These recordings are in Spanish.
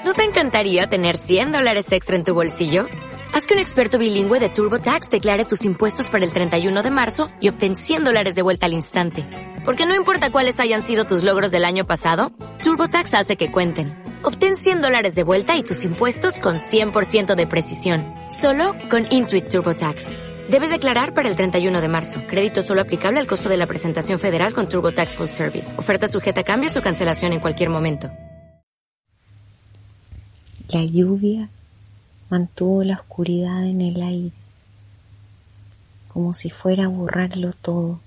¿No te encantaría tener $100 extra en tu bolsillo? Haz que un experto bilingüe de TurboTax declare tus impuestos para el 31 de marzo y obtén $100 de vuelta al instante. Porque no importa cuáles hayan sido tus logros del año pasado, TurboTax hace que cuenten. Obtén $100 de vuelta y tus impuestos con 100% de precisión. Solo con Intuit TurboTax. Debes declarar para el 31 de marzo. Crédito solo aplicable al costo de la presentación federal con TurboTax Full Service. Oferta sujeta a cambios o cancelación en cualquier momento. La lluvia mantuvo la oscuridad en el aire, como si fuera a borrarlo todo.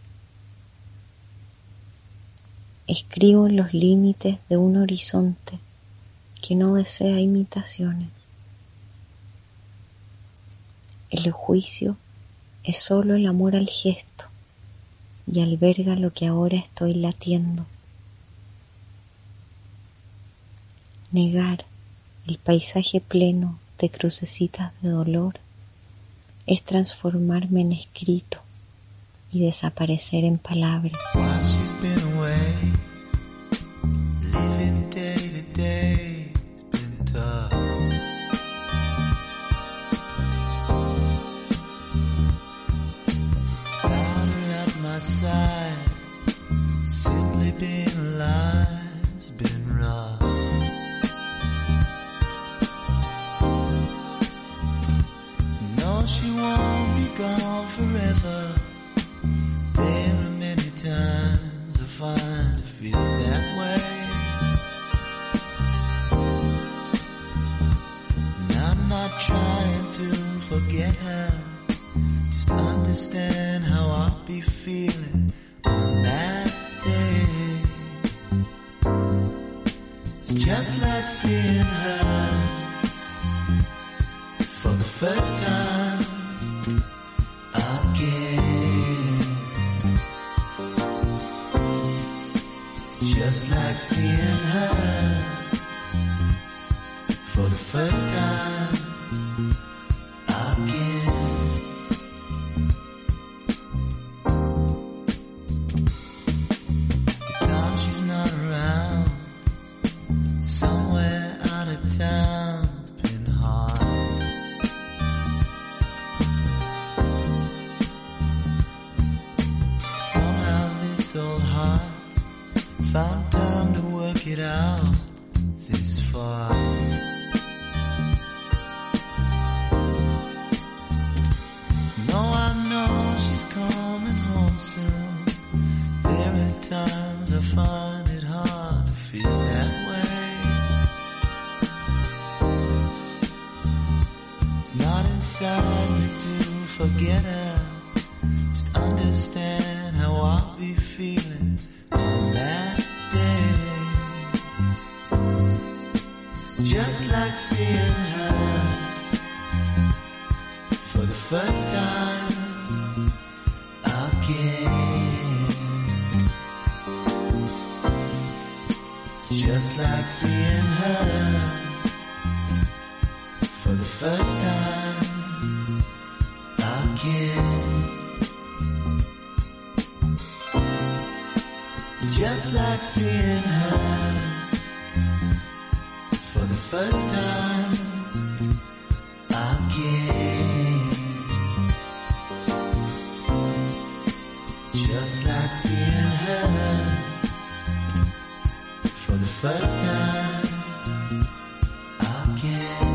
Escribo en los límites de un horizonte que no desea imitaciones. El juicio es solo el amor al gesto y alberga lo que ahora estoy latiendo. Negar el paisaje pleno de crucecitas de dolor es transformarme en escrito y desaparecer en palabras. Simply being alive's been rough. No, she won't be gone forever. There are many times I find it feels that way. And I'm not trying to forget her. Just understand how I'll be feeling on that day. It's just like seeing her for the first time again. It's just like seeing her for the first time again. Town's been hard. Somehow this old heart found time to work it out this far. No, I know she's coming home soon. There are times I find it hard to feel that way. Not inside me to forget her. Just understand how I'll be feeling on that day. It's just like seeing her for the first time again. It's just like seeing her for the first time again. It's just like seeing her for the first time again. It's just like seeing her for the first time again.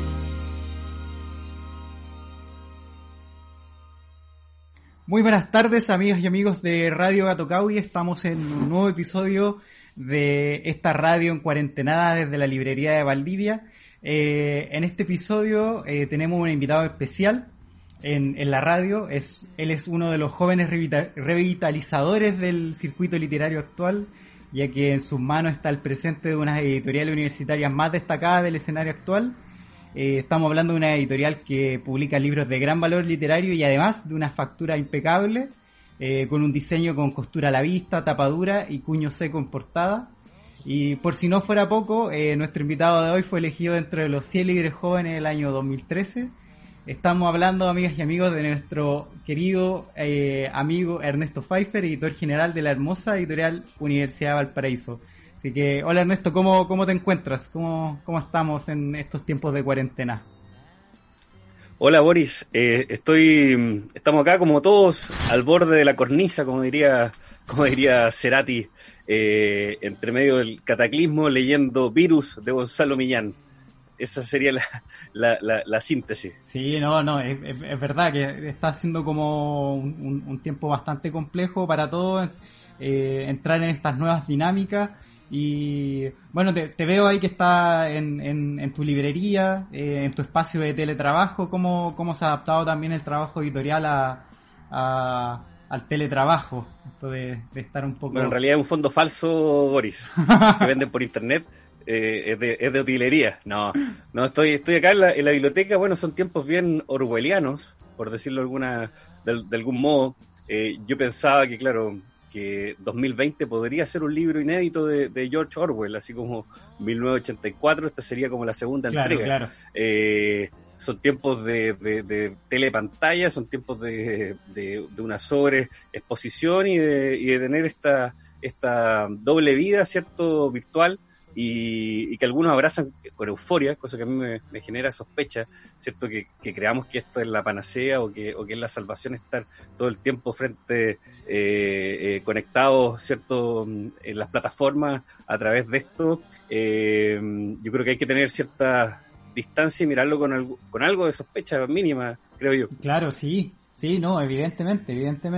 Muy buenas tardes, amigas y amigos de Radio Gato Cauy. Estamos en un nuevo episodio de esta radio en cuarentenada desde la librería de Valdivia. En este episodio tenemos un invitado especial en la radio. Él es uno de los jóvenes revitalizadores del circuito literario actual, ya que en sus manos está el presente de unas editoriales universitarias más destacadas del escenario actual. Estamos hablando de una editorial que publica libros de gran valor literario y además de una factura impecable, con un diseño con costura a la vista, tapadura y cuño seco en portada. Y por si no fuera poco, nuestro invitado de hoy fue elegido dentro de los 100 líderes jóvenes del año 2013. Estamos hablando, amigas y amigos, de nuestro querido amigo Ernesto Pfeiffer, editor general de la hermosa editorial Universidad de Valparaíso. Así que, hola Ernesto, ¿cómo te encuentras? ¿Cómo estamos en estos tiempos de cuarentena? Hola Boris, estamos acá como todos al borde de la cornisa, como diría Cerati, entre medio del cataclismo leyendo Virus de Gonzalo Millán. Esa sería la síntesis. Sí, no, es verdad que está siendo como un tiempo bastante complejo para todos, entrar en estas nuevas dinámicas. Y bueno, te veo ahí que está en tu librería, en tu espacio de teletrabajo. ¿Cómo se ha adaptado también el trabajo editorial al teletrabajo? Esto de estar un poco... Bueno, en realidad es un fondo falso, Boris, que venden por internet. Es de utilería. No, estoy acá en la biblioteca. Bueno, son tiempos bien orwellianos, por decirlo de algún modo. Yo pensaba que, claro, que 2020 podría ser un libro inédito de George Orwell, así como 1984, esta sería como la segunda entrega. Claro. Son tiempos de telepantalla, son tiempos de una sobreexposición y de tener esta doble vida, ¿cierto?, virtual, y que algunos abrazan con euforia, cosa que a mí me genera sospecha, ¿cierto?, que creamos que esto es la panacea o que es la salvación, estar todo el tiempo conectados, ¿cierto?, en las plataformas a través de esto. Yo creo que hay que tener cierta distancia y mirarlo con algo de sospecha mínima, creo yo. Claro, sí, no, evidentemente,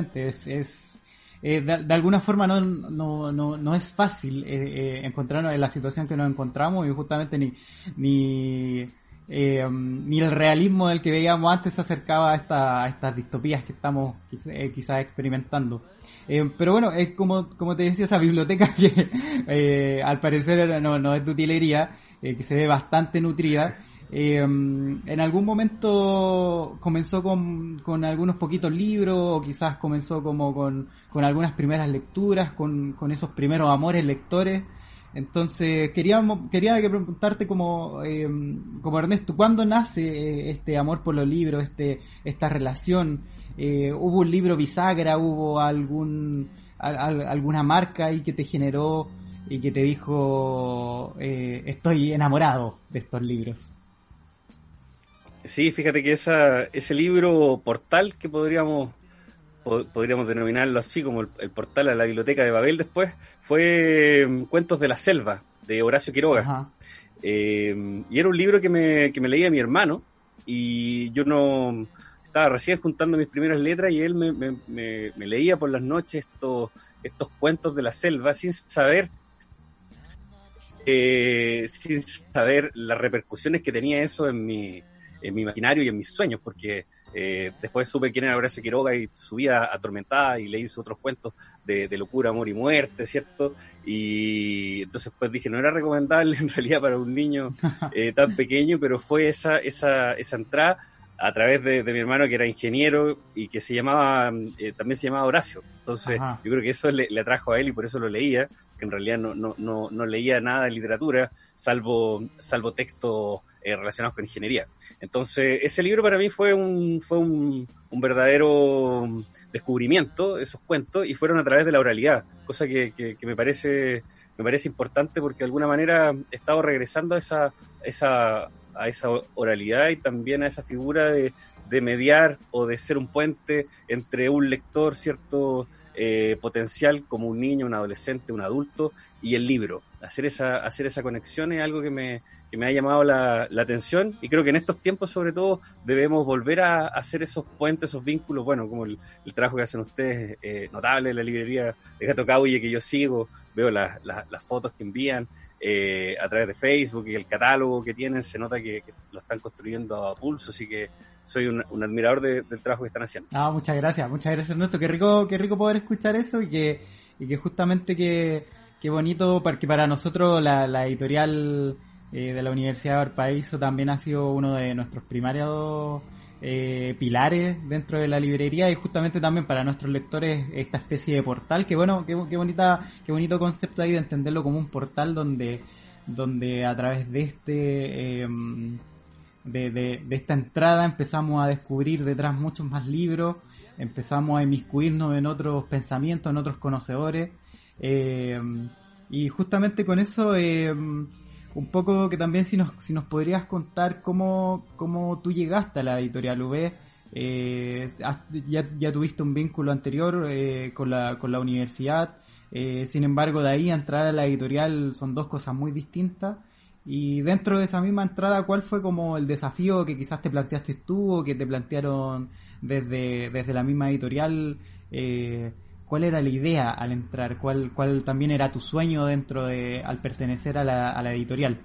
de alguna forma no es fácil encontrarnos en la situación que nos encontramos, y justamente ni el realismo del que veíamos antes se acercaba a estas distopías que estamos quizás experimentando. Pero bueno, es como te decía, esa biblioteca que al parecer no es de utilería, que se ve bastante nutrida. En algún momento comenzó con algunos poquitos libros, o quizás comenzó como con algunas primeras lecturas, con esos primeros amores lectores. Entonces quería que preguntarte como Ernesto, ¿cuándo nace este amor por los libros, esta relación? ¿Hubo un libro bisagra? ¿Hubo alguna marca ahí que te generó y que te dijo estoy enamorado de estos libros? Sí, fíjate que ese libro portal, que podríamos denominarlo así, como el portal a la biblioteca de Babel después, fue Cuentos de la Selva, de Horacio Quiroga. Y era un libro que me leía mi hermano, y yo no estaba recién juntando mis primeras letras, y él me leía por las noches estos cuentos de la selva sin saber las repercusiones que tenía eso en mi imaginario y en mis sueños, porque después supe quién era Horacio Quiroga y su vida atormentada, y leí sus otros cuentos de locura, amor y muerte, ¿cierto? Y entonces pues dije, no era recomendable en realidad para un niño tan pequeño, pero fue esa entrada a través de mi hermano, que era ingeniero y que también se llamaba Horacio. Entonces yo creo que eso le atrajo a él, y por eso lo leía, que en realidad no leía nada de literatura, salvo textos relacionados con ingeniería. Entonces ese libro para mí fue un verdadero descubrimiento, esos cuentos, y fueron a través de la oralidad, cosa que me parece importante, porque de alguna manera he estado regresando a esa oralidad, y también a esa figura de mediar o de ser un puente entre un lector, ¿cierto?, potencial, como un niño, un adolescente, un adulto, y el libro. Hacer esa conexión es algo que me ha llamado la atención, y creo que en estos tiempos sobre todo debemos volver a hacer esos puentes, esos vínculos, bueno, como el trabajo que hacen ustedes, notable, la librería de Gato Cauye, que yo sigo, veo las fotos que envían a través de Facebook, y el catálogo que tienen, se nota que lo están construyendo a pulso, así que soy un admirador del trabajo que están haciendo. Muchas gracias Ernesto, qué rico poder escuchar eso, y que justamente qué bonito, porque para nosotros la editorial de la Universidad de Valparaíso también ha sido uno de nuestros primarios pilares dentro de la librería, y justamente también para nuestros lectores esta especie de portal, que bueno, qué bonito concepto ahí de entenderlo como un portal donde a través de de esta entrada empezamos a descubrir detrás muchos más libros, empezamos a inmiscuirnos en otros pensamientos, en otros conocedores, Y justamente con eso, un poco que también si nos podrías contar cómo tú llegaste a la editorial UB. Ya tuviste un vínculo anterior con la universidad, sin embargo de ahí a entrar a la editorial son dos cosas muy distintas. Y dentro de esa misma entrada, ¿cuál fue como el desafío que quizás te planteaste tú o que te plantearon desde la misma editorial? ¿Cuál era la idea al entrar? ¿Cuál también era tu sueño al pertenecer a la editorial?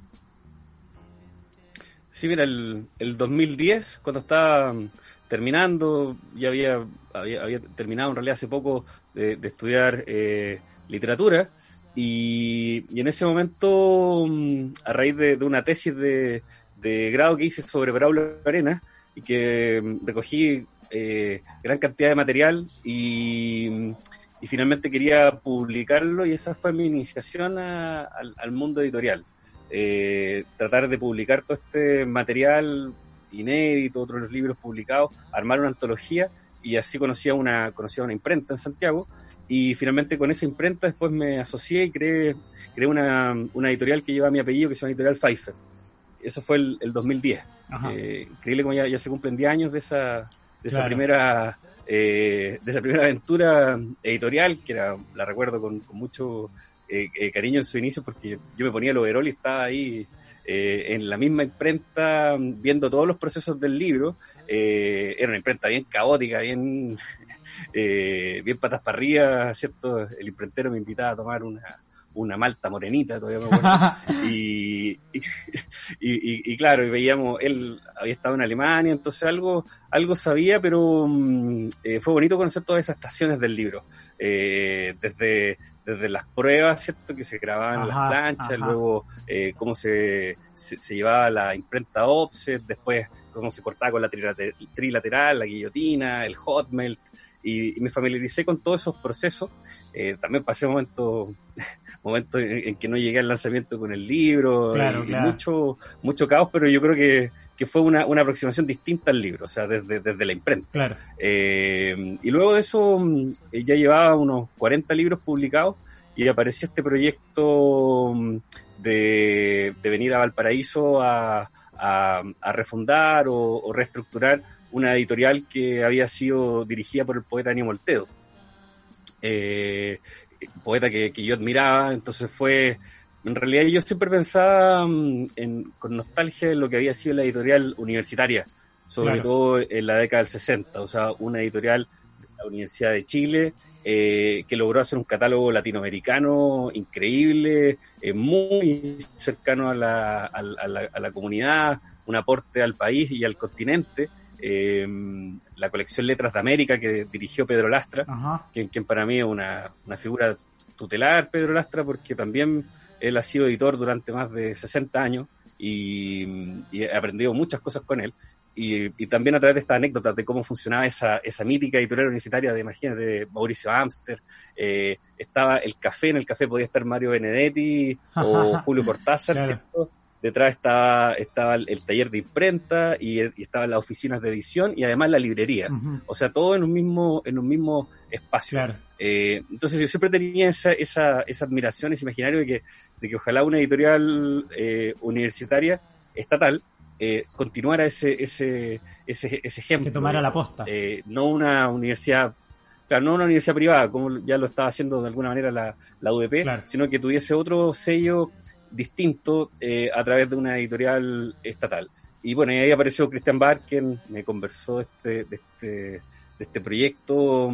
Sí, mira, el 2010, cuando estaba terminando, ya había terminado en realidad hace poco de estudiar literatura, y en ese momento, a raíz de una tesis de grado que hice sobre Braulio Arenas, y que recogí gran cantidad de material y finalmente quería publicarlo, y esa fue mi iniciación al mundo editorial. Tratar de publicar todo este material inédito, otros libros publicados, armar una antología, y así conocí a una imprenta en Santiago, y finalmente con esa imprenta después me asocié y creé una editorial que lleva mi apellido, que se llama Editorial Pfeiffer. Eso fue el 2010. Increíble como ya se cumplen 10 años de esa Claro. primera aventura editorial, que la recuerdo con mucho cariño en su inicio, porque yo me ponía el overol y estaba ahí en la misma imprenta viendo todos los procesos del libro. Era una imprenta bien caótica, bien patas para arriba, ¿cierto? El imprentero me invitaba a tomar una malta morenita, todavía me acuerdo. Y claro, y veíamos, él había estado en Alemania, entonces algo sabía, pero fue bonito conocer todas esas estaciones del libro, desde las pruebas, ¿cierto?, que se grababan en las planchas, luego cómo se llevaba la imprenta offset, después cómo se cortaba con la trilateral, la guillotina, el hot melt, y me familiaricé con todos esos procesos. También pasé momentos en que no llegué al lanzamiento con el libro, claro. mucho caos, pero yo creo que fue una aproximación distinta al libro, o sea, desde la imprenta. Claro. Y luego de eso ya llevaba unos 40 libros publicados, y apareció este proyecto de venir a Valparaíso a refundar o reestructurar una editorial que había sido dirigida por el poeta Ennio Molteno, poeta que yo admiraba. Entonces en realidad yo siempre pensaba con nostalgia en lo que había sido la editorial universitaria, sobre todo en la década del 60, o sea, una editorial de la Universidad de Chile, que logró hacer un catálogo latinoamericano increíble, muy cercano a la comunidad, un aporte al país y al continente. La colección Letras de América, que dirigió Pedro Lastra, quien para mí es una figura tutelar, Pedro Lastra, porque también él ha sido editor durante más de 60 años y he aprendido muchas cosas con él, y también a través de estas anécdotas de cómo funcionaba esa mítica editorial universitaria de, imagínate, Mauricio Amster, estaba el café, en el café podía estar Mario Benedetti o Julio Cortázar, ¿cierto? Detrás estaba el taller de imprenta y estaban las oficinas de edición y además la librería. O sea, todo en un mismo espacio. Claro. Entonces yo siempre tenía esa admiración, ese imaginario de que ojalá una editorial universitaria estatal continuara ese ejemplo. Que tomara la posta. No una universidad... Claro, no una universidad privada, como ya lo estaba haciendo de alguna manera la UDP, sino que tuviese otro sello distinto a través de una editorial estatal. Y bueno, y ahí apareció Christian Barr, quien me conversó de este proyecto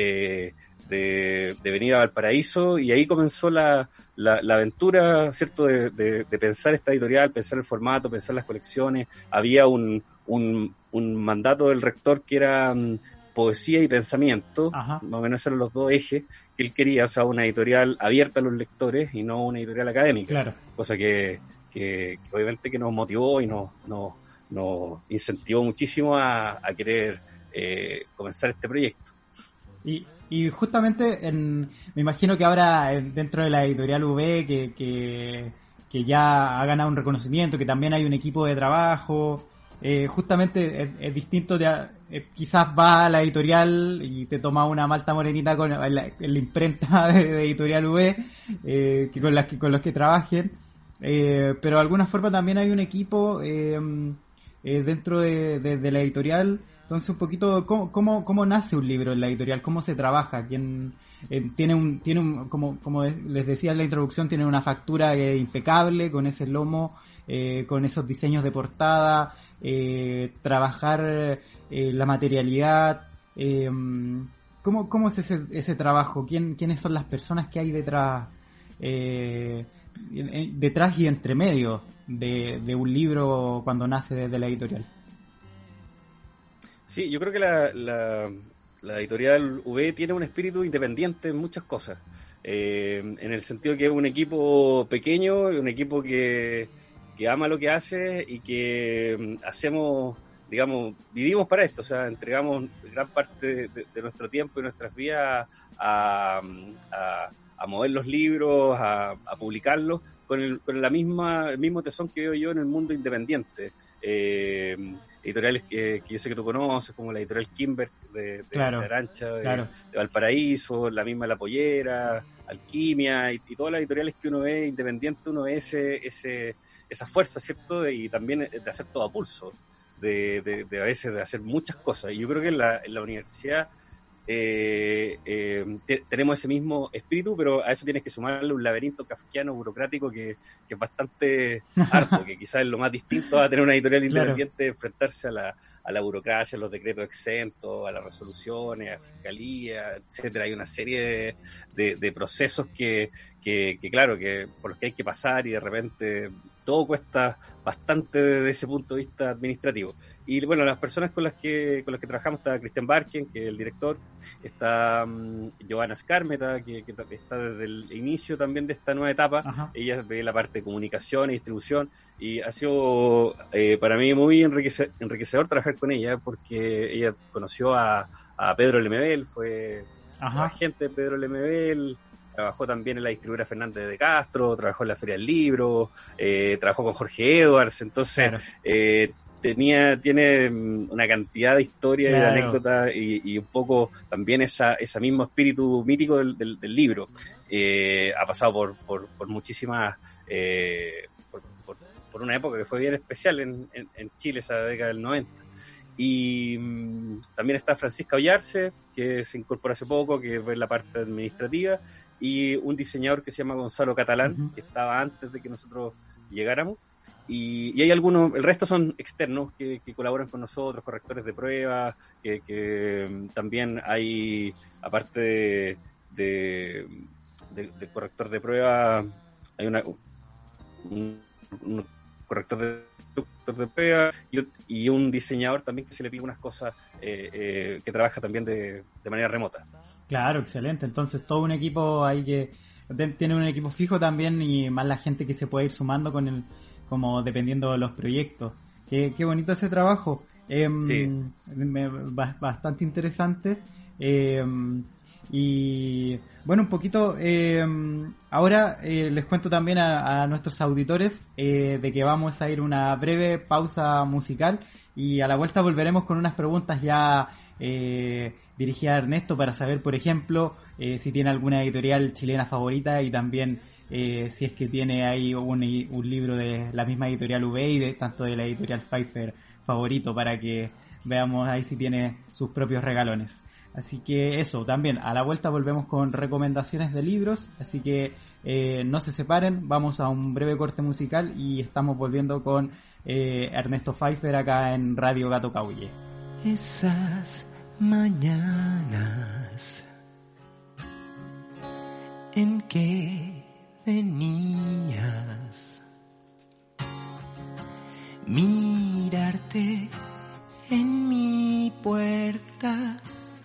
de venir a Valparaíso, y ahí comenzó la aventura, ¿cierto?, de pensar esta editorial, pensar el formato, pensar las colecciones. Había un mandato del rector que era poesía y pensamiento, más o menos eran los dos ejes que él quería, o sea, una editorial abierta a los lectores y no una editorial académica, cosa que obviamente que nos motivó y nos incentivó muchísimo a querer comenzar este proyecto. Y justamente me imagino que ahora dentro de la editorial UB que ya ha ganado un reconocimiento, que también hay un equipo de trabajo, justamente es distinto, quizás va a la editorial y te toma una malta morenita con la imprenta de Editorial V, que con los que trabajen, pero de alguna forma también hay un equipo dentro de la editorial. Entonces, un poquito, ¿cómo nace un libro en la editorial? ¿Cómo se trabaja? ¿Quién tiene un como les decía en la introducción, tiene una factura impecable, con ese lomo, con esos diseños de portada, trabajar la materialidad? ¿Cómo es ese trabajo? ¿Quiénes son las personas que hay detrás y entre medio de un libro cuando nace desde la editorial? Sí, yo creo que la editorial V tiene un espíritu independiente en muchas cosas, en el sentido que es un equipo pequeño, un equipo que ama lo que hace y que hacemos, digamos, vivimos para esto, o sea, entregamos gran parte de nuestro tiempo y nuestras vidas a mover los libros, a publicarlos, con el mismo tesón que veo yo en el mundo independiente. Editoriales que yo sé que tú conoces, como la editorial Kimber de Arancha, de Valparaíso, la misma La Pollera, Alquimia, y todas las editoriales que uno ve independiente, uno ve esa fuerza, ¿cierto? Y también de hacer todo a pulso, de a veces de hacer muchas cosas. Y yo creo que en la universidad tenemos ese mismo espíritu, pero a eso tienes que sumarle un laberinto kafkiano burocrático que es bastante arduo, que quizás es lo más distinto a tener una editorial independiente, enfrentarse a la burocracia, a los decretos exentos, a las resoluciones, a fiscalía, etcétera. Hay una serie de procesos que claro, que por los que hay que pasar, y de repente todo cuesta bastante desde ese punto de vista administrativo. Y bueno, las personas con las que trabajamos, está Cristian Barken, que es el director, está Giovanna Skármeta, que está desde el inicio también de esta nueva etapa. Ajá. Ella ve la parte de comunicación y distribución, y ha sido para mí muy enriquecedor trabajar con ella, porque ella conoció a Pedro Lemebel, fue agente de Pedro Lemebel, trabajó también en la distribuidora Fernández de Castro, trabajó en la Feria del Libro, trabajó con Jorge Edwards, entonces tiene una cantidad de historias y de anécdotas, y un poco también ese mismo espíritu mítico del libro. Ha pasado por muchísimas, por una época que fue bien especial en Chile, esa década del 90. Y también está Francisca Ollarse, que se incorporó hace poco, que es la parte administrativa, y un diseñador que se llama Gonzalo Catalán, que estaba antes de que nosotros llegáramos. Y hay algunos, el resto son externos que colaboran con nosotros, correctores de pruebas, que también hay, aparte de corrector de pruebas, hay un corrector de pruebas y un diseñador también que se le pide unas cosas, que trabaja también de manera remota. Claro, excelente. Entonces todo un equipo ahí que tiene un equipo fijo también, y más la gente que se puede ir sumando como dependiendo de los proyectos. Qué bonito ese trabajo. Sí. Bastante interesante. Y bueno, un poquito ahora les cuento también a nuestros auditores de que vamos a ir una breve pausa musical, y a la vuelta volveremos con unas preguntas ya dirigidas a Ernesto, para saber, por ejemplo, si tiene alguna editorial chilena favorita, y también si es que tiene ahí un libro de la misma editorial V y tanto de la editorial Pfeiffer favorito, para que veamos ahí si tiene sus propios regalones. Así que eso, también a la vuelta volvemos con recomendaciones de libros, así que no se separen, vamos a un breve corte musical y estamos volviendo con Ernesto Pfeiffer acá en Radio Gato Cauye. Esas mañanas en que venías mirarte en mi puerta,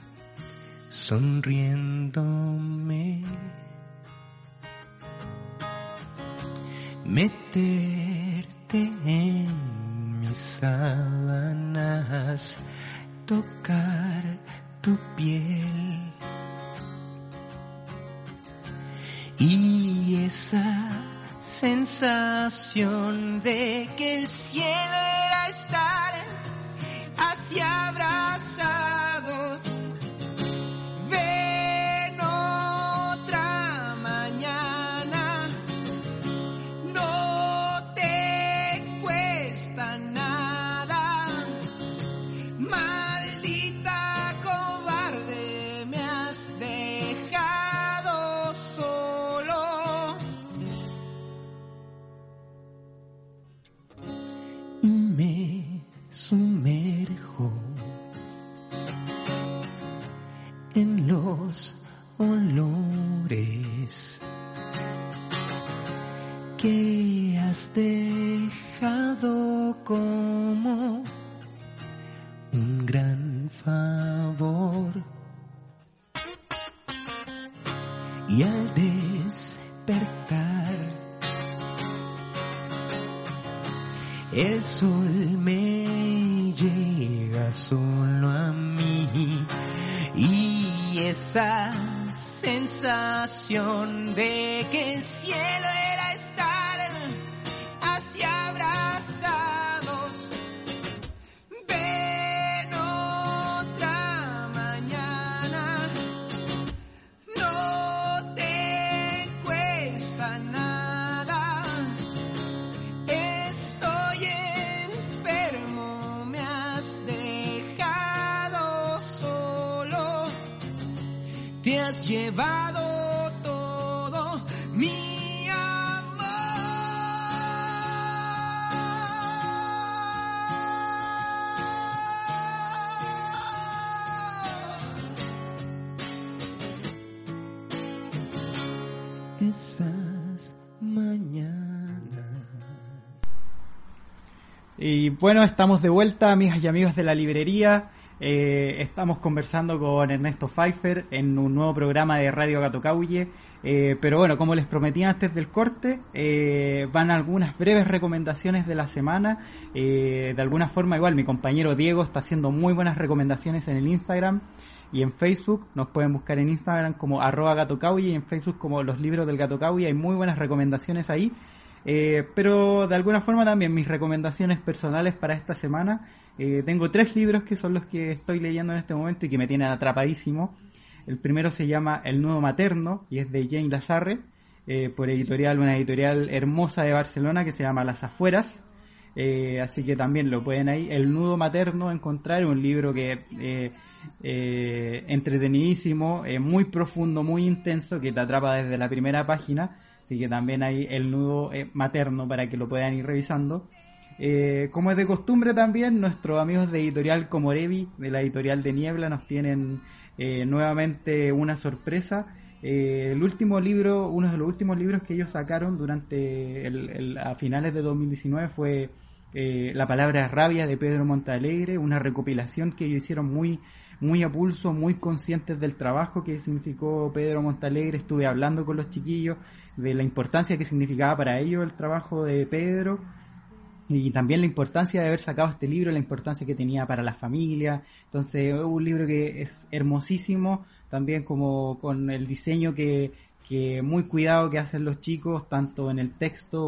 sonriéndome, meterte en mis sábanas, tocar tu piel, y esa sensación de que el cielo era estar sumerjo en los olores que has dejado como un gran favor. Y al despertar, el sol me llega solo a mí, y esa sensación de que el cielo era estar así abrazados. Ven otra mañana, no te cuesta nada. Estoy enfermo, me has dejado solo. Te has llevado todo mi amor. Esas mañanas. Y bueno, estamos de vuelta, amigas y amigos de la librería. Estamos conversando con Ernesto Pfeiffer en un nuevo programa de Radio Gato Cauye. Pero bueno, como les prometí antes del corte, van algunas breves recomendaciones de la semana. De alguna forma, igual, mi compañero Diego está haciendo muy buenas recomendaciones en el Instagram y en Facebook. Nos pueden buscar en Instagram como @GatoCauye y en Facebook como Los Libros del Gato Cauye. Hay muy buenas recomendaciones ahí. Pero de alguna forma también mis recomendaciones personales para esta semana. Tengo 3 libros que son los que estoy leyendo en este momento y que me tienen atrapadísimo. El primero se llama El Nudo Materno y es de Jane Lasarre, por una editorial hermosa de Barcelona que se llama Las Afueras. Así que también lo pueden ahí. El Nudo Materno encontrar, un libro que entretenidísimo, muy profundo, muy intenso, que te atrapa desde la primera página. Así que también hay El Nudo Materno para que lo puedan ir revisando. Como es de costumbre también, nuestros amigos de Editorial Comorevi, de la editorial de Niebla, nos tienen nuevamente una sorpresa. Uno de los últimos libros que ellos sacaron durante a finales de 2019 fue La Palabra Rabia de Pedro Montalegre, una recopilación que ellos hicieron muy a pulso, muy conscientes del trabajo que significó Pedro Montalegre. Estuve hablando con los chiquillos de la importancia que significaba para ellos el trabajo de Pedro y también la importancia de haber sacado este libro, la importancia que tenía para la familia. Entonces es un libro que es hermosísimo, también como con el diseño que muy cuidado que hacen los chicos, tanto en el texto,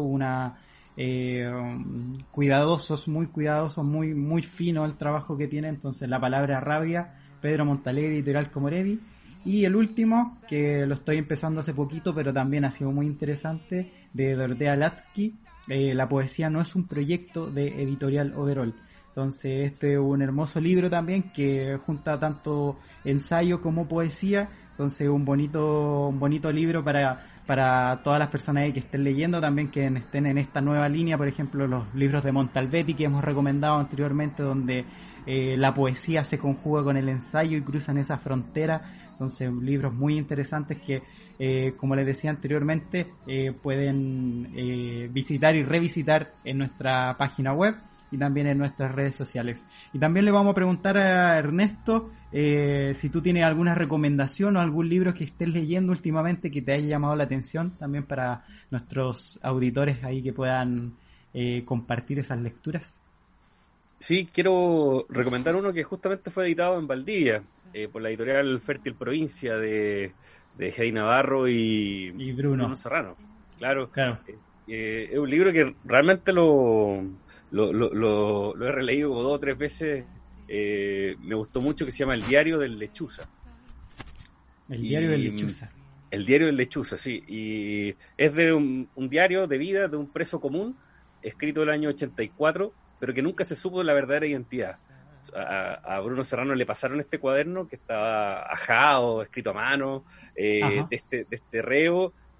muy fino el trabajo que tiene. Entonces La Palabra Rabia, Pedro Montalegre, editorial Comorevi. Y el último, que lo estoy empezando hace poquito, pero también ha sido muy interesante, de Dorotea Latsky, La poesía no es un proyecto, de editorial Overall. Entonces este es un hermoso libro también que junta tanto ensayo como poesía. Entonces un bonito libro para todas las personas que estén leyendo, también que estén en esta nueva línea. Por ejemplo, los libros de Montalbetti que hemos recomendado anteriormente, donde la poesía se conjuga con el ensayo y cruzan esa frontera. Entonces libros muy interesantes que, como les decía anteriormente, pueden visitar y revisitar en nuestra página web y también en nuestras redes sociales. Y también le vamos a preguntar a Ernesto si tú tienes alguna recomendación o algún libro que estés leyendo últimamente que te haya llamado la atención, también para nuestros auditores ahí que puedan compartir esas lecturas. Sí, quiero recomendar uno que justamente fue editado en Valdivia por la editorial Fértil Provincia de Heidi Navarro y Bruno Serrano. Claro. Es un libro que realmente lo he releído como 2 o 3 veces. Me gustó mucho, que se llama El Diario del Lechuza. El Diario del Lechuza, sí. Y es de un diario de vida de un preso común, escrito el año 84, pero que nunca se supo la verdadera identidad. A Bruno Serrano le pasaron este cuaderno que estaba ajado, escrito a mano, de este reo,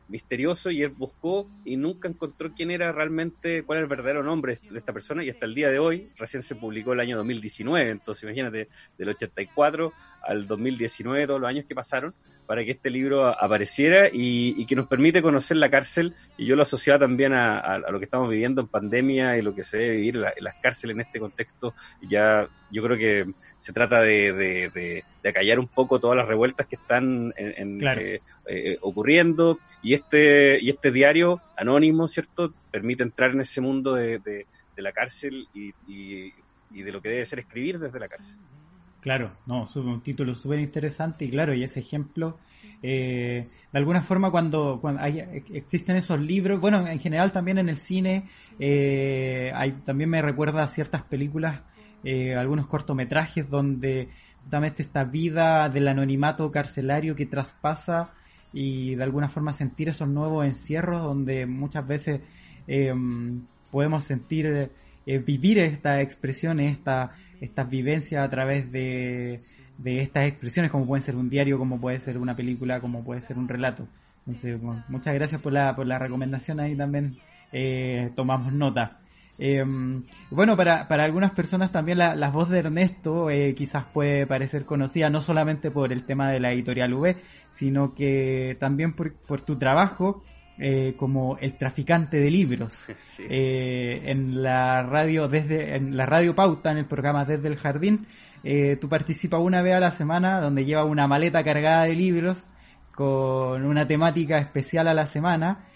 misterioso, y él buscó y nunca encontró quién era realmente, cuál era el verdadero nombre de esta persona, y hasta el día de hoy, recién se publicó el año 2019, entonces imagínate, del 84 al 2019, todos los años que pasaron para que este libro apareciera, y que nos permite conocer la cárcel, y yo lo asociaba también a lo que estamos viviendo en pandemia y lo que se debe vivir en las cárceles en este contexto. Ya yo creo que se trata de acallar un poco todas las revueltas que están Claro. ocurriendo, y este diario anónimo, ¿cierto?, permite entrar en ese mundo de la cárcel y de lo que debe ser escribir desde la cárcel. Claro, no, un título súper interesante, y claro, y ese ejemplo, de alguna forma cuando existen esos libros, bueno, en general también en el cine, también me recuerda a ciertas películas, algunos cortometrajes donde justamente esta vida del anonimato carcelario que traspasa, y de alguna forma sentir esos nuevos encierros donde muchas veces podemos sentir, vivir estas expresiones, estas vivencias a través de estas expresiones, como pueden ser un diario, como puede ser una película, como puede ser un relato. Entonces, bueno, muchas gracias por la recomendación, ahí también tomamos nota. Bueno, para algunas personas también la voz de Ernesto quizás puede parecer conocida no solamente por el tema de la editorial V, sino que también por tu trabajo como el traficante de libros. Sí. En la radio Pauta, en el programa Desde el Jardín, tú participas una vez a la semana, donde llevas una maleta cargada de libros con una temática especial a la semana,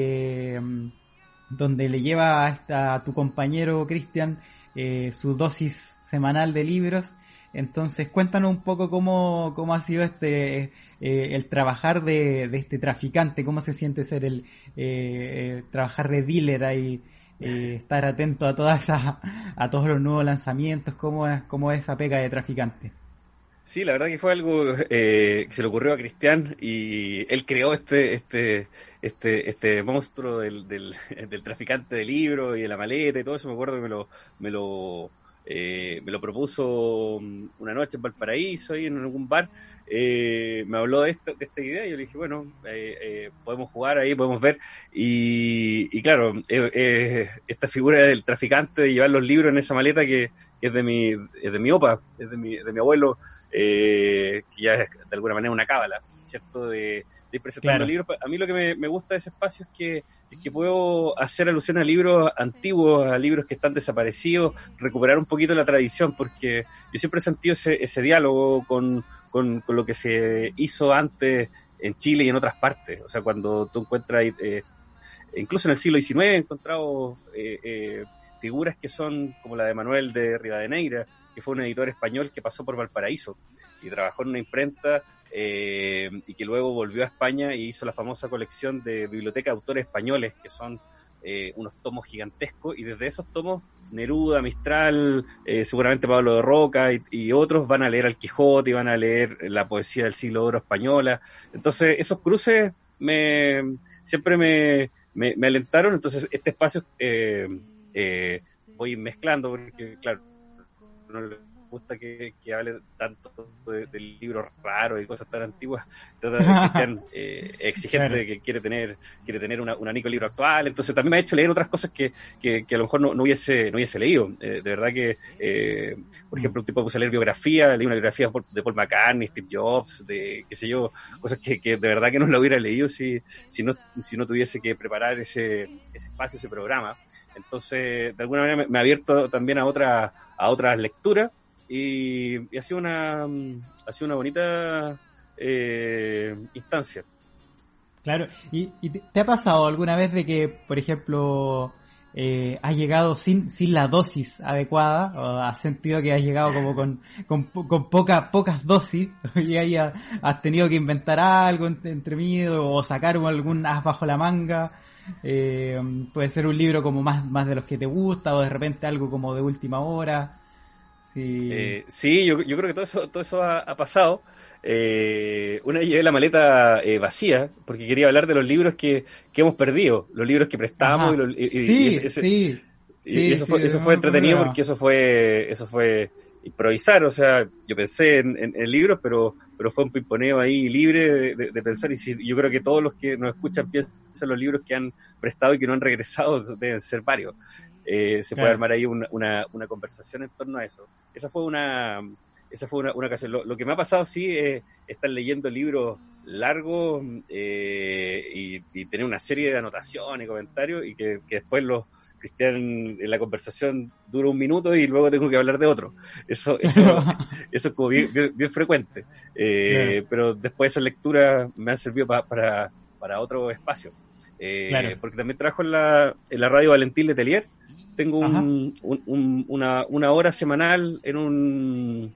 donde le lleva a tu compañero Cristian su dosis semanal de libros. Entonces cuéntanos un poco cómo ha sido el trabajar de este traficante, cómo se siente ser el trabajar de dealer ahí, estar atento a a todos los nuevos lanzamientos, cómo es esa pega de traficante. Sí, la verdad que fue algo que se le ocurrió a Cristian, y él creó este monstruo del traficante de libros y de la maleta y todo eso. Me acuerdo que me lo propuso una noche en Valparaíso, ahí en algún bar. Me habló de esta idea, y yo le dije, bueno, podemos jugar ahí, podemos ver. Y claro, esta figura del traficante, de llevar los libros en esa maleta que es de mi opa, es de mi abuelo, que ya es de alguna manera una cábala, ¿cierto? De ir presentando Claro. libros. A mí lo que me gusta de ese espacio es que puedo hacer alusión a libros antiguos, a libros que están desaparecidos, recuperar un poquito la tradición, porque yo siempre he sentido ese diálogo con lo que se hizo antes en Chile y en otras partes. O sea, cuando tú encuentras, incluso en el siglo XIX, he encontrado figuras que son como la de Manuel de Rivadeneira, que fue un editor español que pasó por Valparaíso y trabajó en una imprenta, y que luego volvió a España y hizo la famosa colección de Biblioteca de Autores Españoles, que son unos tomos gigantescos, y desde esos tomos Neruda, Mistral, seguramente Pablo de Roca y otros van a leer al Quijote y van a leer la poesía del siglo de oro española. Entonces esos cruces siempre me alentaron. Entonces este espacio voy mezclando, porque claro, no le gusta que hable tanto de libros raros y cosas tan antiguas. Trata de que sean exigente, claro, de que quiere tener un único libro actual. Entonces también me ha hecho leer otras cosas que a lo mejor no hubiese leído. De verdad que, por ejemplo, un tipo puse a leer leí una biografía de Paul McCartney, Steve Jobs, de qué sé yo, cosas que de verdad que no la hubiera leído si no tuviese que preparar ese espacio, ese programa. Entonces, de alguna manera me ha abierto también a otras lecturas, y ha sido una bonita instancia. Claro, ¿y te ha pasado alguna vez de que, por ejemplo, has llegado sin la dosis adecuada, o has sentido que has llegado como con pocas dosis, y ahí has tenido que inventar algo entre medio, o sacar algún as bajo la manga? Puede ser un libro como más de los que te gusta, o de repente algo como de última hora. Sí, yo creo que todo eso ha pasado. Una vez llevé la maleta vacía porque quería hablar de los libros que hemos perdido, los libros que prestamos. Eso fue entretenido, porque eso fue improvisar, o sea, yo pensé en libros, pero fue un pimponeo ahí libre de pensar, y yo creo que todos los que nos escuchan piensan en los libros que han prestado y que no han regresado, deben ser varios. Se puede armar ahí una conversación en torno a eso. Esa fue una ocasión. Lo que me ha pasado sí es estar leyendo libros largos y tener una serie de anotaciones y comentarios, y que después Cristian, en la conversación dura 1 minuto y luego tengo que hablar de otro. Eso es como bien frecuente. Pero después esa lectura me ha servido para otro espacio. Porque también trabajo en la radio Valentín Letelier. Tengo una hora semanal en un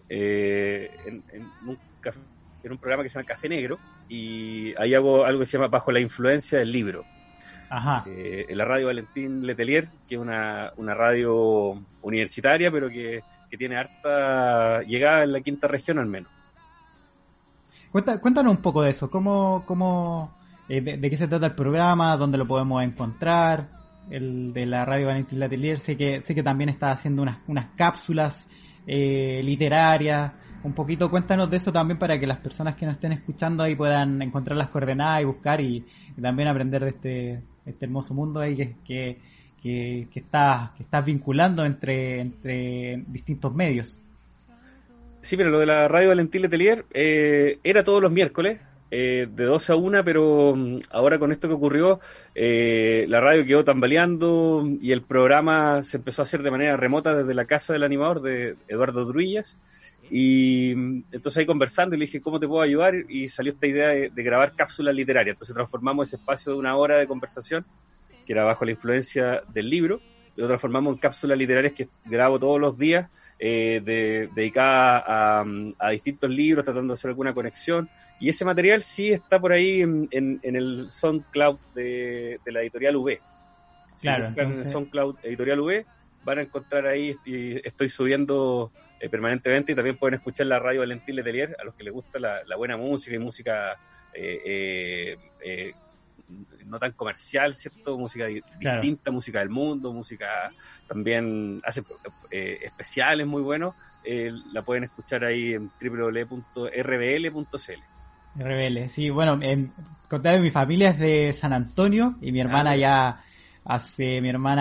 programa que se llama Café Negro, y ahí hago algo que se llama Bajo la influencia del libro. En la radio Valentín Letelier, que es una radio universitaria, pero que tiene harta llegada en la quinta región al menos. Cuéntanos un poco de eso. ¿De qué se trata el programa? ¿Dónde lo podemos encontrar? El de la radio Valentín Letelier. Sé que también está haciendo unas cápsulas literarias. Un poquito, cuéntanos de eso también, para que las personas que nos estén escuchando ahí puedan encontrar las coordenadas y buscar y también aprender de este hermoso mundo ahí que estás vinculando entre distintos medios. Sí, pero lo de la radio Valentín Letelier era todos los miércoles, de 12 a 1, pero ahora con esto que ocurrió, la radio quedó tambaleando y el programa se empezó a hacer de manera remota desde la casa del animador, de Eduardo Druillas. Y entonces ahí conversando, y le dije, ¿cómo te puedo ayudar? Y salió esta idea de grabar cápsulas literarias. Entonces transformamos ese espacio de 1 hora de conversación, que era bajo la influencia del libro, y lo transformamos en cápsulas literarias que grabo todos los días, dedicada a distintos libros, tratando de hacer alguna conexión. Y ese material sí está por ahí en el SoundCloud de la editorial V. Claro, en el SoundCloud editorial V van a encontrar ahí, y estoy subiendo permanentemente, y también pueden escuchar la radio Valentín Letelier a los que les gusta la buena música y música no tan comercial, ¿cierto? Música distinta, música del mundo, música también hace especiales muy buenos. La pueden escuchar ahí en www.rbl.cl. RBL, sí, bueno, contar, mi familia es de San Antonio y mi hermana ya hace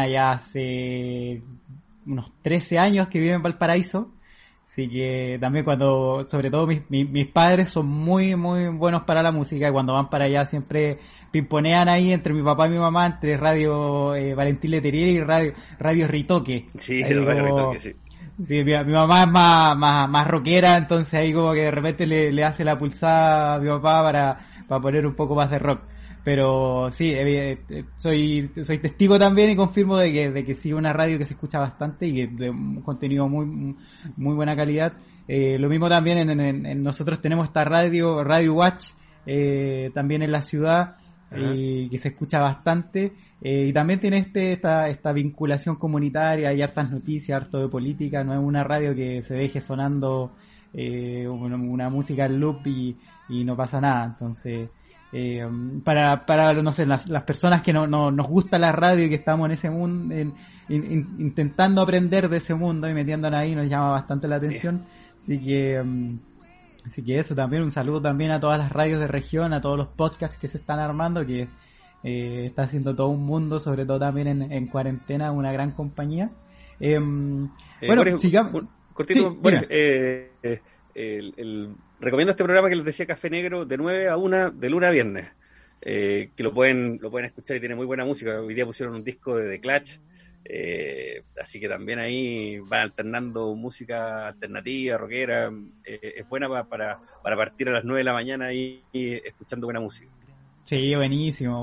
unos 13 años que vive en Valparaíso. Así que también sobre todo mis padres son muy, muy buenos para la música, y cuando van para allá siempre pimponean ahí entre mi papá y mi mamá, entre radio Valentín Letelier y radio Ritoque. Sí, radio Ritoque, sí. Sí, mi mamá es más rockera, entonces ahí como que de repente le hace la pulsada a mi papá para poner un poco más de rock. Pero sí, soy testigo también y confirmo de que sí, una radio que se escucha bastante y que de un contenido muy muy buena calidad. Lo mismo también en nosotros tenemos esta Radio Watch, también en la ciudad, que se escucha bastante, y también tiene esta vinculación comunitaria, hay hartas noticias, harto de política. No es una radio que se deje sonando una música en loop y no pasa nada. Entonces para no sé, las personas que no nos gusta la radio y que estamos en ese mundo, intentando aprender de ese mundo y metiéndonos ahí, nos llama bastante la atención. Sí. Así que eso, también un saludo también a todas las radios de región, a todos los podcasts que se están armando, que está haciendo todo un mundo, sobre todo también en cuarentena, una gran compañía. Bueno, sigamos. Cortito, sí, bueno, recomiendo este programa que les decía, Café Negro, de 9 a 1, de lunes a viernes, que lo pueden escuchar y tiene muy buena música. Hoy día pusieron un disco de The Clash, así que también ahí van alternando música alternativa, rockera. Es buena para partir a las 9 de la mañana y escuchando buena música. Sí, buenísimo.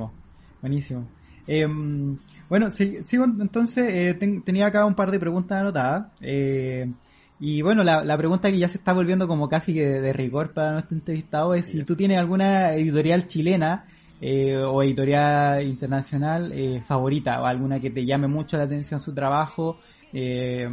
Bueno, sigo entonces, tenía acá un par de preguntas anotadas. Y bueno, la pregunta que ya se está volviendo como casi que de rigor para nuestro entrevistado es si tú tienes alguna editorial chilena o editorial internacional favorita, o alguna que te llame mucho la atención su trabajo, que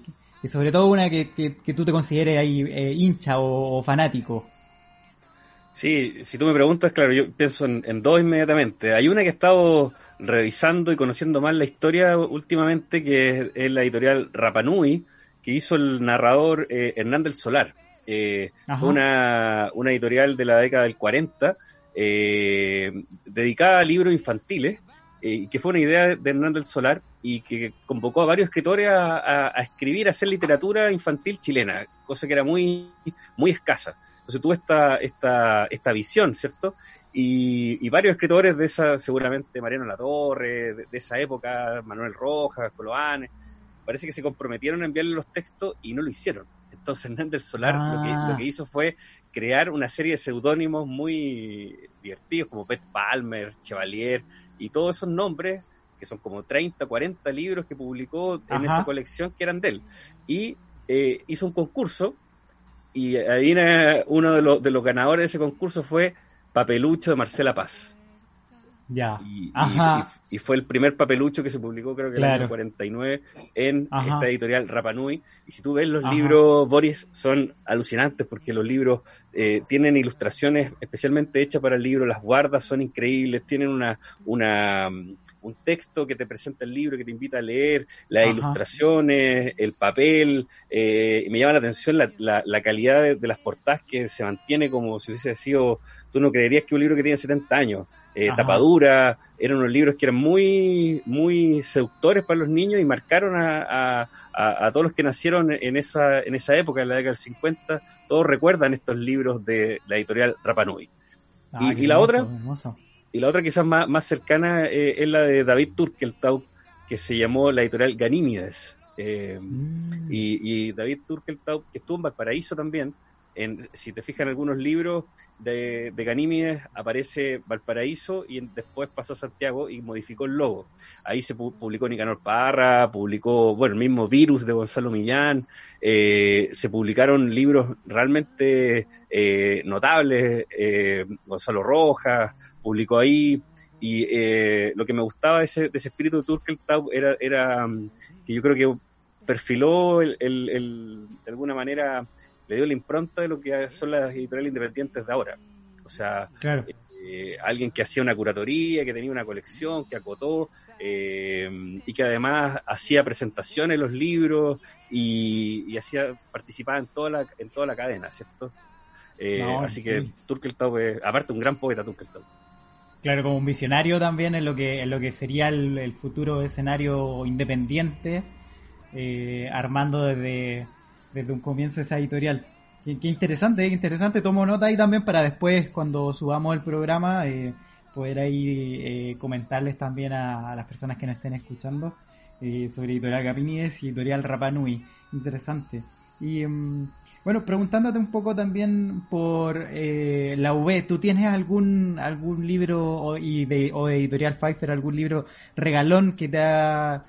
sobre todo una que tú te consideres ahí hincha o fanático. Sí, si tú me preguntas, claro, yo pienso en dos inmediatamente. Hay una que he estado revisando y conociendo más la historia últimamente, que es la editorial Rapa Nui, que hizo el narrador Hernán del Solar. Fue Ajá. una editorial de la década del 40, dedicada a libros infantiles, que fue una idea de Hernán del Solar y que convocó a varios escritores a escribir, a hacer literatura infantil chilena, cosa que era muy, muy escasa. Entonces tuve esta visión, ¿cierto? Y varios escritores de esa, seguramente Mariano Latorre, de esa época, Manuel Rojas, Coloane, parece que se comprometieron a enviarle los textos y no lo hicieron. Entonces Hernán del Solar lo que hizo fue crear una serie de seudónimos muy divertidos, como Pet Palmer, Chevalier, y todos esos nombres, que son como 30, 40 libros que publicó en esa colección que eran de él. Y hizo un concurso, y ahí uno de los ganadores de ese concurso fue Papelucho de Marcela Paz. Ya. Y fue el primer papelucho que se publicó, creo que en el año 49, en esta editorial Rapa Nui. Y si tú ves los libros, Boris, son alucinantes, porque los libros tienen ilustraciones especialmente hechas para el libro, las guardas son increíbles, tienen un texto que te presenta el libro, que te invita a leer, las ilustraciones, el papel, me llama la atención la calidad de las portadas, que se mantiene como si hubiese sido, tú no creerías que un libro que tiene 70 años, tapadura, eran unos libros que eran muy, muy seductores para los niños y marcaron a todos los que nacieron en esa época, en la década del 50, todos recuerdan estos libros de la editorial Rapa Nui. Y la otra, quizás más cercana, es la de David Turkeltaub, que se llamó la editorial Ganímedes. Y David Turkeltaub, que estuvo en Valparaíso también, si te fijas en algunos libros de Ganímedes, aparece Valparaíso y después pasó a Santiago y modificó el logo. Ahí se publicó Nicanor Parra, publicó, el mismo Virus de Gonzalo Millán, se publicaron libros realmente notables, Gonzalo Rojas publicó ahí, y lo que me gustaba de ese espíritu de Turkeltaub era que yo creo que perfiló de alguna manera, le dio la impronta de lo que son las editoriales independientes de ahora. O sea, claro. Alguien que hacía una curatoría, que tenía una colección, que acotó, y que además hacía presentaciones en los libros y participaba en toda la cadena, ¿cierto? Así que Turkeltaub es, aparte, un gran poeta, Turkeltaub. Claro, como un visionario también en lo que sería el futuro escenario independiente, armando desde un comienzo esa editorial. Qué interesante, tomo nota ahí también para después, cuando subamos el programa, poder ahí comentarles también a las personas que nos estén escuchando sobre editorial Ganímedes y editorial Rapa Nui. Interesante. Y bueno, preguntándote un poco también por la UB, ¿tú tienes algún libro o de editorial Pfeiffer, algún libro regalón que te ha...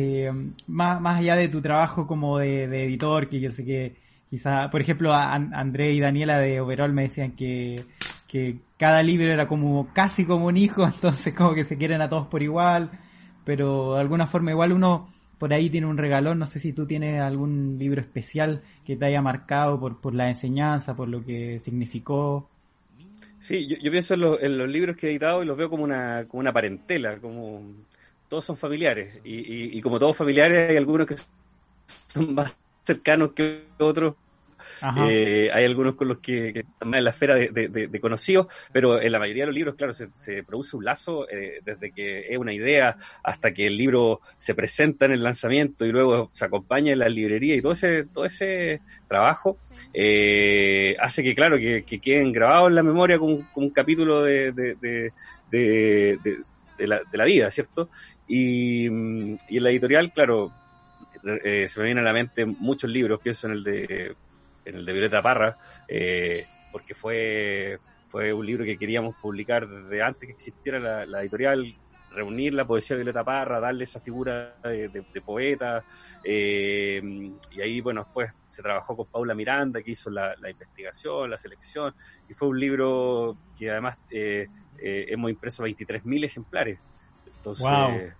más allá de tu trabajo como de editor, que yo sé que quizá, por ejemplo, André y Daniela de Overall me decían que cada libro era casi como un hijo, entonces como que se quieren a todos por igual, pero de alguna forma igual uno por ahí tiene un regalón. No sé si tú tienes algún libro especial que te haya marcado por la enseñanza, por lo que significó. Sí, yo pienso en los libros que he editado y los veo como una parentela, como todos son familiares, y como todos familiares hay algunos que son más cercanos que otros. Hay algunos con los que están más en la esfera de conocidos, pero en la mayoría de los libros, claro, se produce un lazo desde que es una idea hasta que el libro se presenta en el lanzamiento y luego se acompaña en la librería, y todo ese trabajo hace que, claro, que queden grabados en la memoria como un capítulo de la vida, ¿cierto? Y en la editorial, claro, se me vienen a la mente muchos libros. Pienso en el de Violeta Parra, porque fue un libro que queríamos publicar desde antes que existiera la editorial, reunir la poesía de Violeta Parra, darle esa figura de poeta, y ahí, bueno, después se trabajó con Paula Miranda, que hizo la investigación, la selección, y fue un libro que además hemos impreso 23.000 ejemplares. Entonces, wow.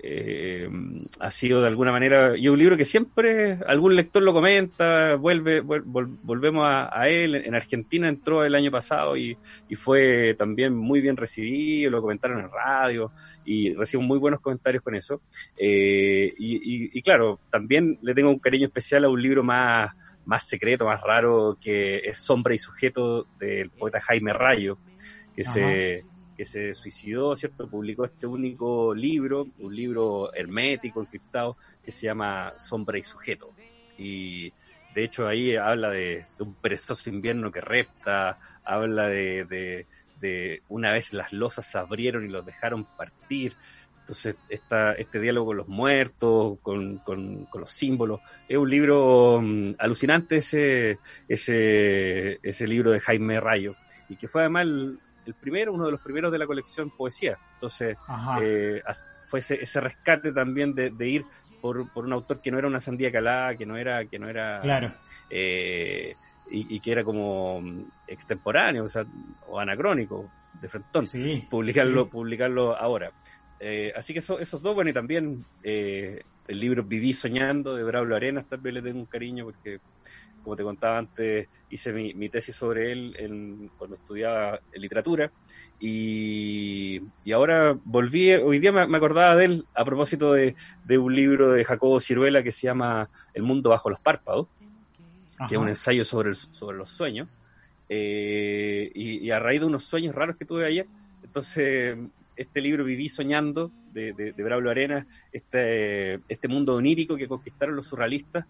ha sido de alguna manera, y un libro que siempre algún lector lo comenta, volvemos a él. En Argentina entró el año pasado y fue también muy bien recibido, lo comentaron en radio y recibo muy buenos comentarios con eso. Y claro, también le tengo un cariño especial a un libro más secreto, más raro, que es Sombra y Sujeto, del poeta Jaime Rayo, que se suicidó, ¿cierto? Publicó este único libro, un libro hermético, encriptado, que se llama Sombra y Sujeto. Y de hecho ahí habla de un perezoso invierno que repta, habla de una vez las losas se abrieron y los dejaron partir. Entonces este diálogo con los muertos, con los símbolos, es un libro alucinante, ese libro de Jaime Rayo, y que fue además el primero, uno de los primeros de la colección Poesía. Entonces fue ese rescate también de ir por un autor que no era una sandía calada, que no era claro. Y que era como extemporáneo, o anacrónico, de frentón, publicarlo ahora. Así que esos dos, bueno, y también el libro Viví Soñando, de Braulio Arenas, también le tengo un cariño porque, como te contaba antes, hice mi tesis sobre él cuando estudiaba literatura, y ahora volví, hoy día me acordaba de él a propósito de un libro de Jacobo Siruela que se llama El mundo bajo los párpados, que es un ensayo sobre los sueños, y a raíz de unos sueños raros que tuve ayer, entonces este libro Viví Soñando, de Braulio Arenas, este mundo onírico que conquistaron los surrealistas,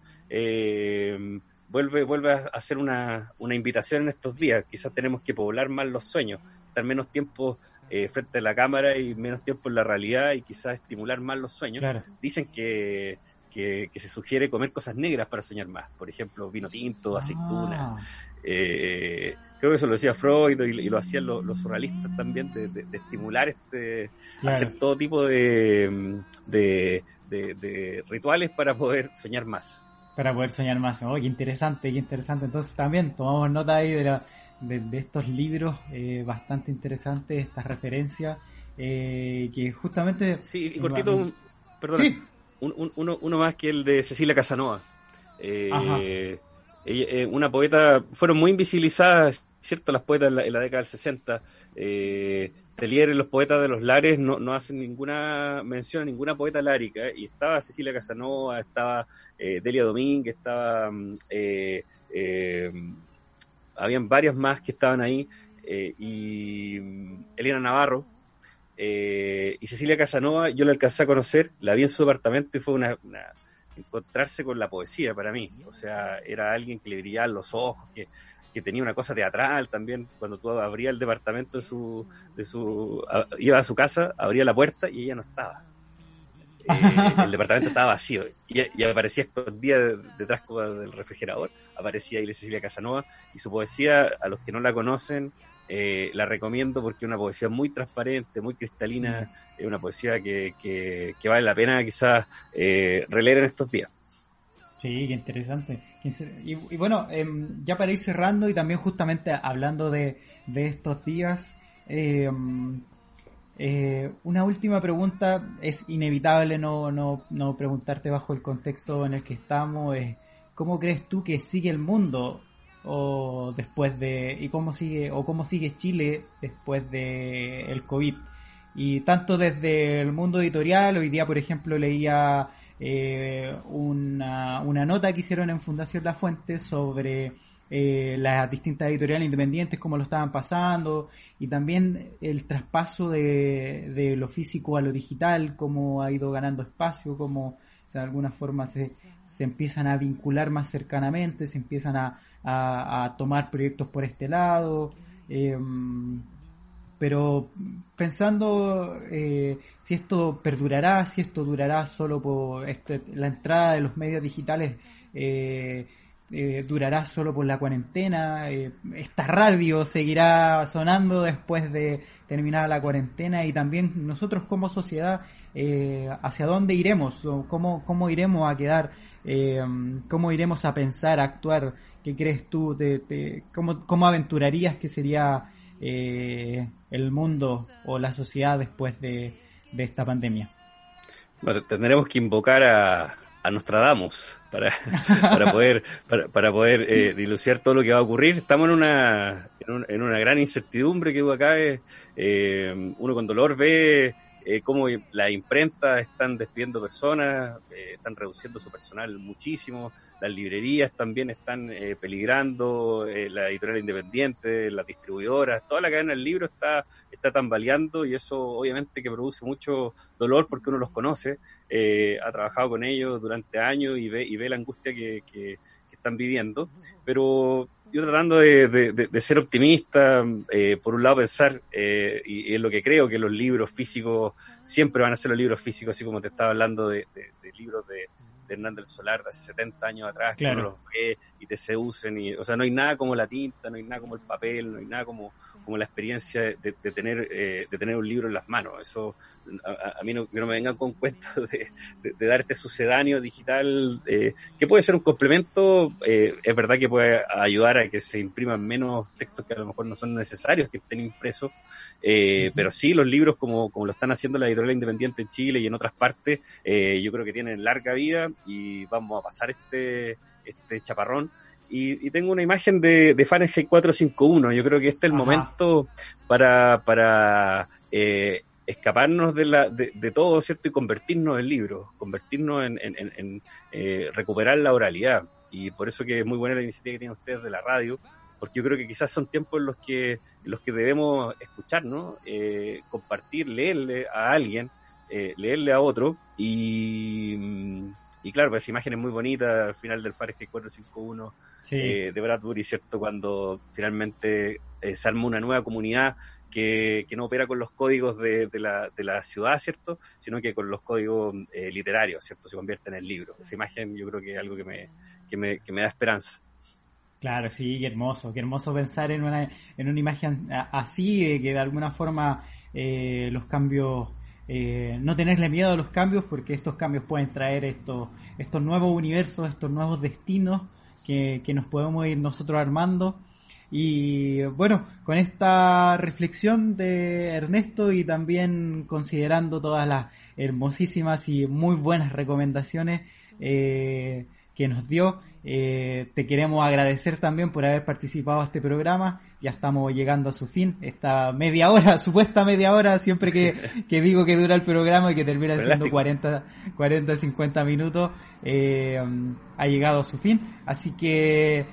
vuelve a hacer una invitación en estos días. Quizás tenemos que poblar más los sueños, estar menos tiempo frente a la cámara y menos tiempo en la realidad, y quizás estimular más los sueños. Claro. Dicen que se sugiere comer cosas negras para soñar más, por ejemplo, vino tinto, aceituna. Creo que eso lo decía Freud y lo hacían los surrealistas también, de estimular hacer todo tipo de rituales para poder soñar más. Para poder soñar más. Oh, qué interesante. Entonces también tomamos nota ahí de estos libros bastante interesantes, estas referencias, que justamente... Sí, y cortito, perdona, sí. Uno más que el de Cecilia Casanova. Una poeta, fueron muy invisibilizadas, ¿cierto? Las poetas en la década del 60. Tellier, los poetas de los lares, no hacen ninguna mención a ninguna poeta lárica, y estaba Cecilia Casanova, estaba Delia Domínguez, habían varias más que estaban ahí, y Elena Navarro, y Cecilia Casanova yo la alcancé a conocer, la vi en su departamento y fue encontrarse con la poesía para mí. O sea, era alguien que le brillaban los ojos, que tenía una cosa teatral también. Cuando tú abrías el departamento iba a su casa, abría la puerta y ella no estaba. El departamento estaba vacío y aparecía escondida detrás del refrigerador. Aparecía ahí Cecilia Casanova, y su poesía, a los que no la conocen, la recomiendo porque es una poesía muy transparente, muy cristalina, es una poesía que vale la pena quizás releer en estos días. Sí, qué interesante. Y bueno, ya para ir cerrando y también justamente hablando de estos días, una última pregunta. Es inevitable no preguntarte bajo el contexto en el que estamos. ¿Cómo crees tú que sigue el mundo cómo sigue Chile después de el COVID? Y tanto desde el mundo editorial, hoy día por ejemplo leía una nota que hicieron en Fundación La Fuente sobre las distintas editoriales independientes, cómo lo estaban pasando, y también el traspaso de lo físico a lo digital, cómo ha ido ganando espacio, cómo de alguna forma se empiezan a vincular más cercanamente, se empiezan a tomar proyectos por este lado, pero pensando si esto perdurará, si esto durará solo por la entrada de los medios digitales, durará solo por la cuarentena, esta radio seguirá sonando después de terminada la cuarentena, y también nosotros como sociedad, hacia dónde iremos, cómo iremos a quedar, cómo iremos a pensar, a actuar. ¿Qué crees tú? ¿Cómo aventurarías que sería el mundo o la sociedad después de esta pandemia? Bueno, tendremos que invocar a Nostradamus para poder dilucidar todo lo que va a ocurrir. Estamos en una gran incertidumbre que acá uno con dolor ve cómo las imprentas están despidiendo personas, están reduciendo su personal muchísimo, las librerías también están peligrando, la editorial independiente, las distribuidoras, toda la cadena del libro está tambaleando, y eso obviamente que produce mucho dolor porque uno los conoce, ha trabajado con ellos durante años y ve la angustia que están viviendo, pero yo tratando de ser optimista, por un lado pensar, y es lo que creo, que los libros físicos siempre van a ser los libros físicos, así como te estaba hablando de libros de Hernández del Solar de hace 70 años atrás, claro, que uno los ve y te seducen, o sea, no hay nada como la tinta, no hay nada como el papel, no hay nada como la experiencia de tener un libro en las manos. Eso a mí no me vengan con cuentos de darte sucedáneo digital, que puede ser un complemento, es verdad que puede ayudar a que se impriman menos textos que a lo mejor no son necesarios que estén impresos, pero sí, los libros como lo están haciendo la editorial independiente en Chile y en otras partes, yo creo que tienen larga vida y vamos a pasar este chaparrón. Y tengo una imagen de Fahrenheit 451. Yo creo que este es el momento para escaparnos de todo, ¿cierto? Y convertirnos en libros, convertirnos en recuperar la oralidad. Y por eso que es muy buena la iniciativa que tienen ustedes de la radio, porque yo creo que quizás son tiempos en los que debemos escuchar, ¿no? Compartir, leerle a alguien, leerle a otro, y claro, pues imágenes muy bonitas al final del Fahrenheit 451, sí, de Bradbury, ¿cierto? Cuando finalmente se arma una nueva comunidad que no opera con los códigos de la ciudad, ¿cierto? Sino que con los códigos literarios, ¿cierto? Se convierte en el libro. Esa imagen yo creo que es algo que me da esperanza. Claro, sí, qué hermoso pensar en una imagen así, de que de alguna forma los cambios, no tenerle miedo a los cambios, porque estos cambios pueden traer estos nuevos universos, estos nuevos destinos que nos podemos ir nosotros armando. Y bueno, con esta reflexión de Ernesto y también considerando todas las hermosísimas y muy buenas recomendaciones que nos dio, te queremos agradecer también por haber participado en este programa. Ya estamos llegando a su fin, esta supuesta media hora, siempre que digo que dura el programa y que termina siendo 40, 50 minutos, ha llegado a su fin. Así que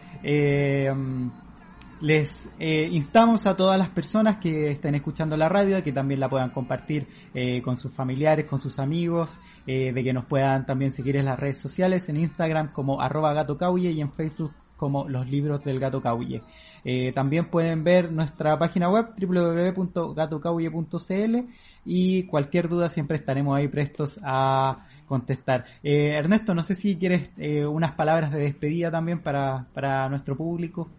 les instamos a todas las personas que estén escuchando la radio que también la puedan compartir con sus familiares, con sus amigos, de que nos puedan también seguir en las redes sociales, en Instagram como @gatocauye y en Facebook como Los Libros del Gato Cauye. También pueden ver nuestra página web www.gatocauye.cl, y cualquier duda siempre estaremos ahí prestos a contestar. Ernesto, no sé si quieres unas palabras de despedida también para nuestro público.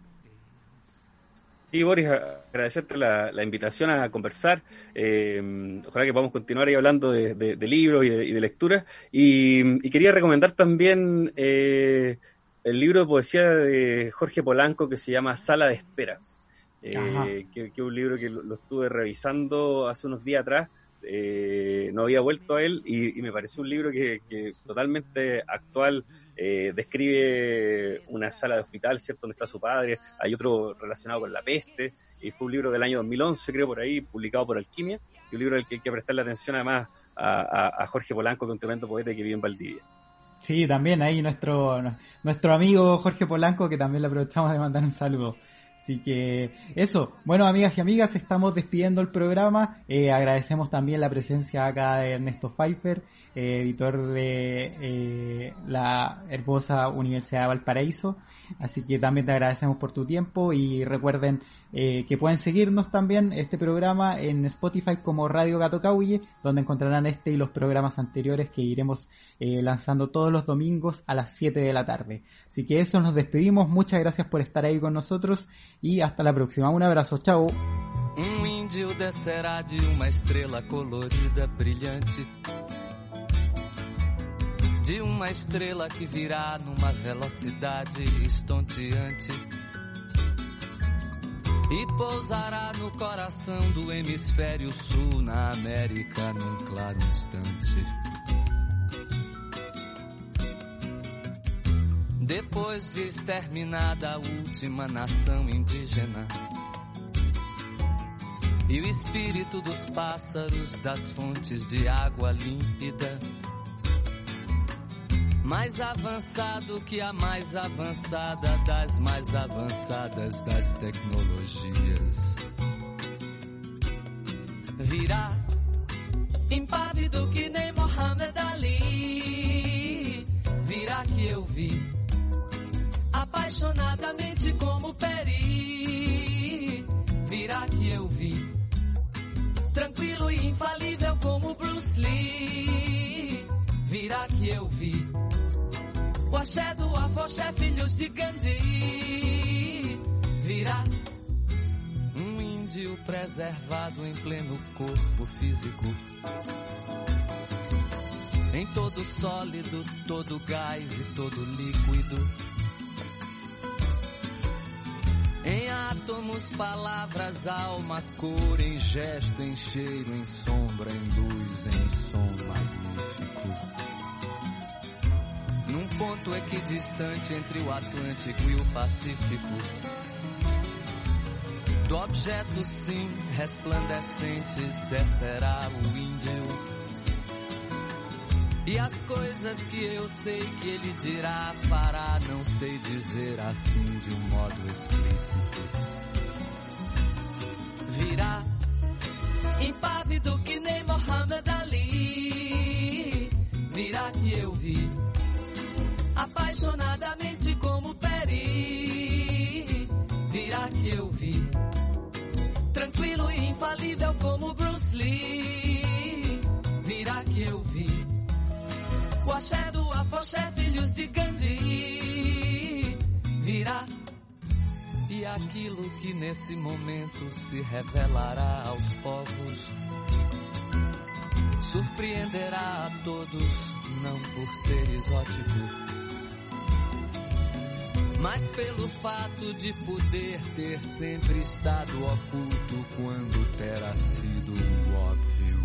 Sí, Boris, agradecerte la invitación a conversar. Ojalá que podamos continuar ahí hablando de libros y de lectura. Y quería recomendar también el libro de poesía de Jorge Polanco que se llama Sala de Espera, que es un libro que lo estuve revisando hace unos días atrás. No había vuelto a él y me pareció un libro que totalmente actual. Describe una sala de hospital, ¿cierto?, donde está su padre. Hay otro relacionado con la peste, y fue un libro del año 2011, creo, por ahí, publicado por Alquimia, y un libro al que hay que prestarle atención además a Jorge Polanco, que es un tremendo poeta que vive en Valdivia. Sí, también ahí nuestro amigo Jorge Polanco, que también le aprovechamos de mandar un saludo. Así que eso, bueno, amigas y amigas, estamos despidiendo el programa. Agradecemos también la presencia acá de Ernesto Pfeiffer, editor de la hermosa Universidad de Valparaíso. Así que también te agradecemos por tu tiempo, y recuerden que pueden seguirnos también este programa en Spotify como Radio Gato Cauye, donde encontrarán este y los programas anteriores que iremos lanzando todos los domingos a las 7 de la tarde. Así que eso, nos despedimos. Muchas gracias por estar ahí con nosotros y hasta la próxima. Un abrazo, chao. Índio descerá de uma estrela colorida brilhante, de uma estrela que virá numa velocidade estonteante e pousará no coração do hemisfério sul, na América, num claro instante. Depois de exterminada a última nação indígena, e o espírito dos pássaros das fontes de água límpida, mais avançado que a mais avançada das mais avançadas das tecnologias, virá impávido que nem Mohamed Ali, virá que eu vi apaixonadamente como Peri, virá que eu vi tranquilo e infalível como Bruce Lee, virá que eu vi o axé do afoxé, filhos de Gandhi, virá um índio preservado em pleno corpo físico, em todo sólido, todo gás e todo líquido, em átomos, palavras, alma, cor, em gesto, em cheiro, em sombra, em luz, em som magnífico. Num ponto equidistante entre o Atlântico e o Pacífico, do objeto sim resplandecente descerá o índio, e as coisas que eu sei que ele dirá, fará, não sei dizer assim de um modo explícito. Virá impávido que nem Mohamed Ali, virá que eu vi apaixonadamente como Peri, virá que eu vi tranquilo e infalível como Bruce Lee, virá que eu vi o axé do afoxé, filhos de Gandhi, virá, e aquilo que nesse momento se revelará aos povos surpreenderá a todos, não por ser exótico, mas pelo fato de poder ter sempre estado oculto quando terá sido óbvio.